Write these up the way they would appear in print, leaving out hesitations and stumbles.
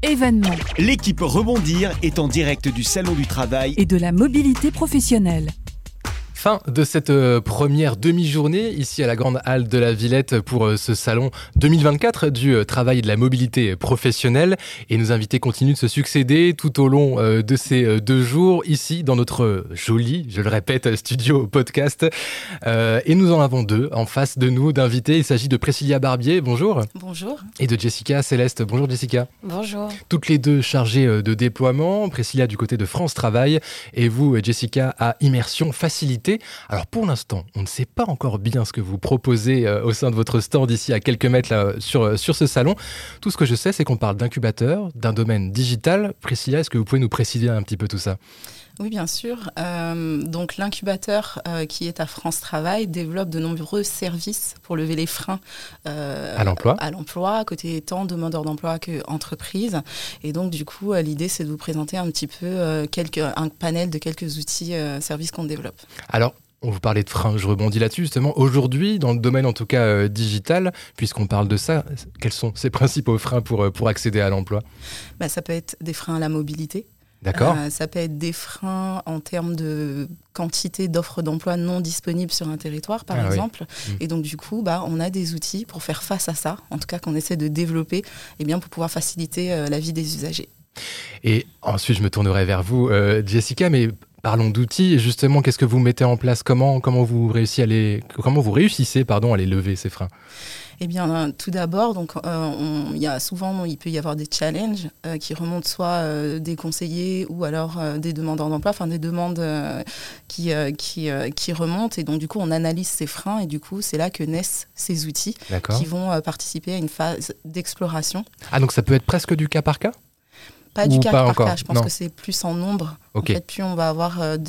événements L'équipe Rebondir est en direct du Salon du Travail et de la mobilité professionnelle. Fin de cette première demi-journée ici à la Grande Halle de la Villette pour ce salon 2024 du travail et de la mobilité professionnelle. Et nos invités continuent de se succéder tout au long de ces 2 jours ici dans notre joli, je le répète, studio podcast. Et nous en avons 2 en face de nous d'invités. Il s'agit de Priscilla Barbier, bonjour. Bonjour. Et de Jessica Céleste, bonjour Jessica. Bonjour. Toutes les 2 chargées de déploiement, Priscilla du côté de France Travail et vous Jessica à Immersion Facilité. Alors pour l'instant, on ne sait pas encore bien ce que vous proposez au sein de votre stand ici à quelques mètres là, sur ce salon. Tout ce que je sais, c'est qu'on parle d'incubateur, d'un domaine digital. Priscilla, est-ce que vous pouvez nous préciser un petit peu tout ça ? Oui, bien sûr. Donc l'incubateur qui est à France Travail développe de nombreux services pour lever les freins à l'emploi, côté tant demandeurs d'emploi qu'entreprises. Et donc du coup, l'idée c'est de vous présenter un petit peu un panel de quelques outils, services qu'on développe. Alors, on vous parlait de freins, je rebondis là-dessus justement. Aujourd'hui, dans le domaine en tout cas digital, puisqu'on parle de ça, quels sont ces principaux freins pour accéder à l'emploi ? Ça peut être des freins à la mobilité. D'accord. Ça peut être des freins en termes de quantité d'offres d'emploi non disponibles sur un territoire, par exemple. Oui. Et donc, du coup, on a des outils pour faire face à ça, en tout cas qu'on essaie de développer pour pouvoir faciliter la vie des usagers. Et ensuite, je me tournerai vers vous, Jessica, mais parlons d'outils. Justement, qu'est-ce que vous mettez en place ? Comment vous réussissez à les lever, ces freins ? Eh bien, tout d'abord, il peut y avoir des challenges qui remontent soit des conseillers ou alors des demandeurs d'emploi, des demandes qui remontent. Et donc, du coup, on analyse ces freins et du coup, c'est là que naissent ces outils qui vont participer à une phase d'exploration. Ah, donc ça peut être presque du cas par cas ? Pas du cas par cas, je pense non. Que c'est plus en nombre. Okay. En fait, plus on va avoir un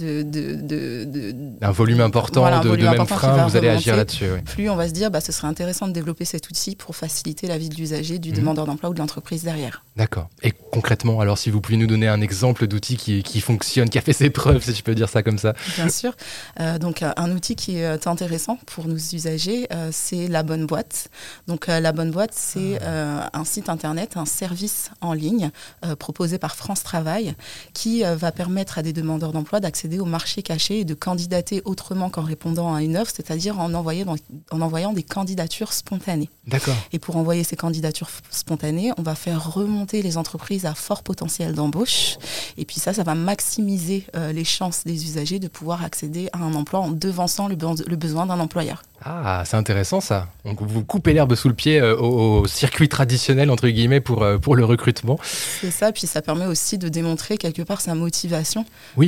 volume important de mêmes freins, vous allez agir là-dessus. Oui. Plus on va se dire, ce serait intéressant de développer cet outil pour faciliter la vie de l'usager, du demandeur d'emploi ou de l'entreprise derrière. D'accord. Et concrètement, alors si vous pouviez nous donner un exemple d'outil qui fonctionne, qui a fait ses preuves, si je peux dire ça comme ça. Bien sûr. Donc un outil qui est intéressant pour nos usagers, c'est La Bonne Boîte. Donc La Bonne Boîte, c'est un site internet, un service en ligne proposé par France Travail qui va permettre à des demandeurs d'emploi d'accéder au marché caché et de candidater autrement qu'en répondant à une offre, c'est-à-dire en envoyant des candidatures spontanées. D'accord. Et pour envoyer ces candidatures spontanées, on va faire remonter les entreprises à fort potentiel d'embauche. Et puis ça va maximiser les chances des usagers de pouvoir accéder à un emploi en devançant le besoin d'un employeur. Ah, c'est intéressant ça. Donc vous coupez l'herbe sous le pied au circuit traditionnel, entre guillemets, pour le recrutement. C'est ça, puis ça permet aussi de démontrer quelque part sa motivation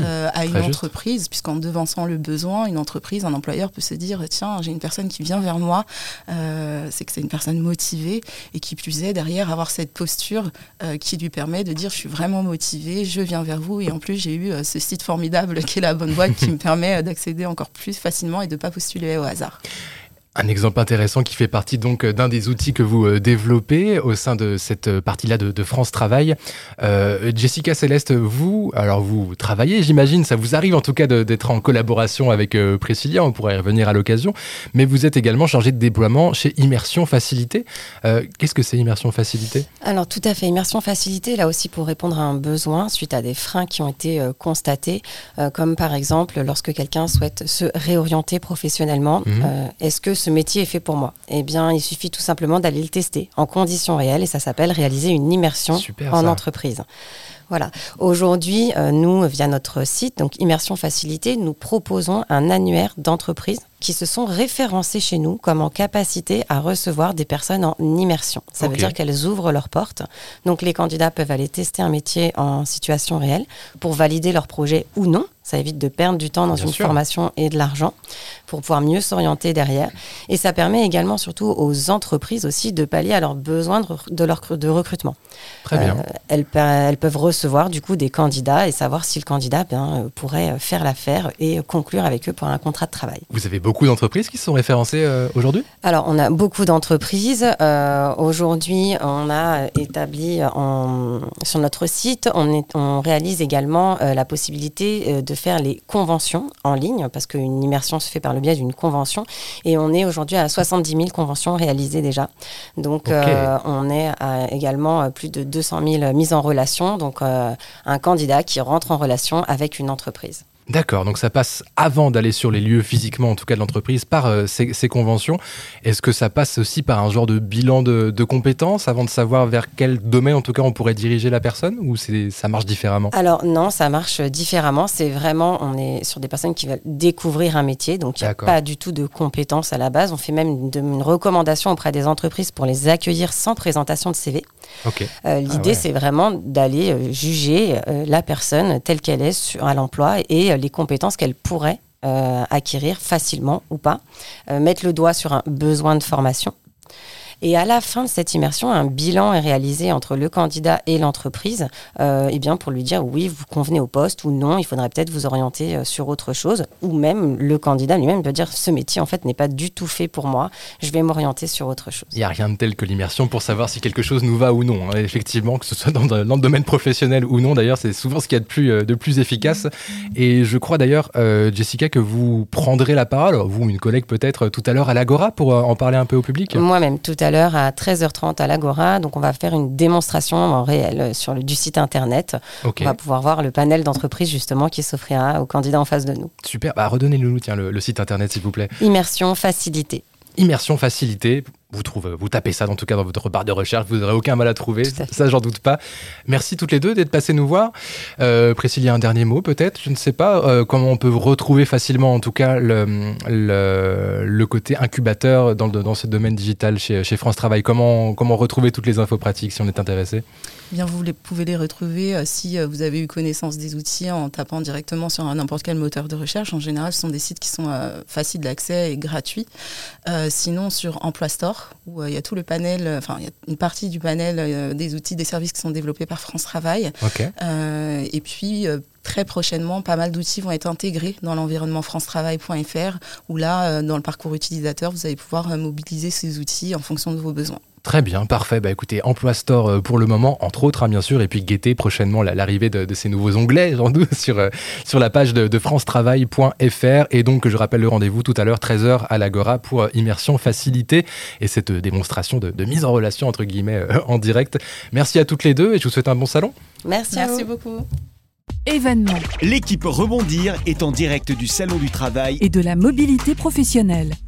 à une entreprise, puisqu'en devançant le besoin, une entreprise, un employeur peut se dire, tiens, j'ai une personne qui vient vers moi, c'est que c'est une personne motivée, et qui plus est, derrière, avoir cette posture qui lui permet de dire, je suis vraiment motivé, je viens vers vous, et en plus, j'ai eu ce site formidable qui est La Bonne Boîte, qui me permet d'accéder encore plus facilement et de ne pas postuler au hasard. Un exemple intéressant qui fait partie donc d'un des outils que vous développez au sein de cette partie-là de France Travail. Jessica Céleste, vous travaillez, j'imagine, ça vous arrive en tout cas d'être en collaboration avec Priscilla, on pourrait y revenir à l'occasion, mais vous êtes également chargée de déploiement chez Immersion Facilité. Qu'est-ce que c'est Immersion Facilité ? Alors tout à fait, Immersion Facilité, là aussi pour répondre à un besoin suite à des freins qui ont été constatés, comme par exemple lorsque quelqu'un souhaite se réorienter professionnellement, est-ce que ce métier est fait pour moi ? Eh bien, il suffit tout simplement d'aller le tester en conditions réelles et ça s'appelle réaliser une immersion en entreprise. Voilà. Aujourd'hui, nous, via notre site, donc Immersion Facilité, nous proposons un annuaire d'entreprises qui se sont référencées chez nous comme en capacité à recevoir des personnes en immersion. Ça veut dire qu'elles ouvrent leurs portes. Donc, les candidats peuvent aller tester un métier en situation réelle pour valider leur projet ou non. Ça évite de perdre du temps dans une formation et de l'argent pour pouvoir mieux s'orienter derrière. Et ça permet également, surtout aux entreprises aussi, de pallier à leurs besoins de recrutement. Très bien. Elles peuvent recevoir du coup des candidats et savoir si le candidat pourrait faire l'affaire et conclure avec eux pour un contrat de travail. Vous avez beaucoup beaucoup d'entreprises qui sont référencées aujourd'hui ? Alors, on a beaucoup d'entreprises. Aujourd'hui, on a établi sur notre site, on réalise également la possibilité de faire les conventions en ligne, parce qu'une immersion se fait par le biais d'une convention. Et on est aujourd'hui à 70 000 conventions réalisées déjà. Donc, on est à également plus de 200 000 mises en relation. Donc, un candidat qui rentre en relation avec une entreprise. D'accord, donc ça passe avant d'aller sur les lieux physiquement, en tout cas de l'entreprise, par ces conventions. Est-ce que ça passe aussi par un genre de bilan de compétences avant de savoir vers quel domaine, en tout cas, on pourrait diriger la personne, ou ça marche différemment ? Alors non, ça marche différemment. C'est vraiment, on est sur des personnes qui veulent découvrir un métier, donc il n'y a pas du tout de compétences à la base. On fait même une recommandation auprès des entreprises pour les accueillir sans présentation de CV. L'idée, c'est vraiment d'aller juger la personne telle qu'elle est à l'emploi et les compétences qu'elle pourrait acquérir facilement ou pas, mettre le doigt sur un besoin de formation. Et à la fin de cette immersion, un bilan est réalisé entre le candidat et l'entreprise pour lui dire oui, vous convenez au poste ou non, il faudrait peut-être vous orienter sur autre chose. Ou même le candidat lui-même peut dire ce métier en fait n'est pas du tout fait pour moi, je vais m'orienter sur autre chose. Il n'y a rien de tel que l'immersion pour savoir si quelque chose nous va ou non. Effectivement, que ce soit dans le domaine professionnel ou non, d'ailleurs, c'est souvent ce qu'il y a de plus efficace. Et je crois d'ailleurs, Jessica, que vous prendrez la parole, vous, une collègue peut-être, tout à l'heure à l'Agora pour en parler un peu au public. Moi-même, tout à l'heure à 13h30 à l'Agora. Donc, on va faire une démonstration en réel du site internet. On va pouvoir voir le panel d'entreprises justement qui s'offrira aux candidats en face de nous. Super. Redonnez-nous le site internet, s'il vous plaît. Immersion Facilité. Immersion Facilité. Vous tapez ça en tout cas dans votre barre de recherche, vous n'aurez aucun mal à trouver, ça j'en doute pas. Merci toutes les deux d'être passées nous voir. Priscille, un dernier mot peut-être, je ne sais pas, comment on peut retrouver facilement en tout cas le côté incubateur dans ce domaine digital chez France Travail. Comment retrouver toutes les infos pratiques si on est intéressé ? Bien, vous pouvez les retrouver si vous avez eu connaissance des outils en tapant directement sur n'importe quel moteur de recherche. En général, ce sont des sites qui sont faciles d'accès et gratuits. Sinon, sur Emploi Store, où il y a tout le panel, il y a une partie du panel des outils, des services qui sont développés par France Travail. Et puis, très prochainement, pas mal d'outils vont être intégrés dans l'environnement francetravail.fr, où là, dans le parcours utilisateur, vous allez pouvoir mobiliser ces outils en fonction de vos besoins. Très bien, parfait. Écoutez, Emploi Store pour le moment, entre autres, bien sûr, et puis guettez prochainement l'arrivée de ces nouveaux onglets, j'en doute, sur la page de francetravail.fr. Et donc, je rappelle le rendez-vous tout à l'heure, 13h à l'Agora pour Immersion Facilité et cette démonstration de mise en relation, entre guillemets, en direct. Merci à toutes les deux et je vous souhaite un bon salon. Merci beaucoup. Événement. L'équipe Rebondir est en direct du Salon du Travail et de la mobilité professionnelle.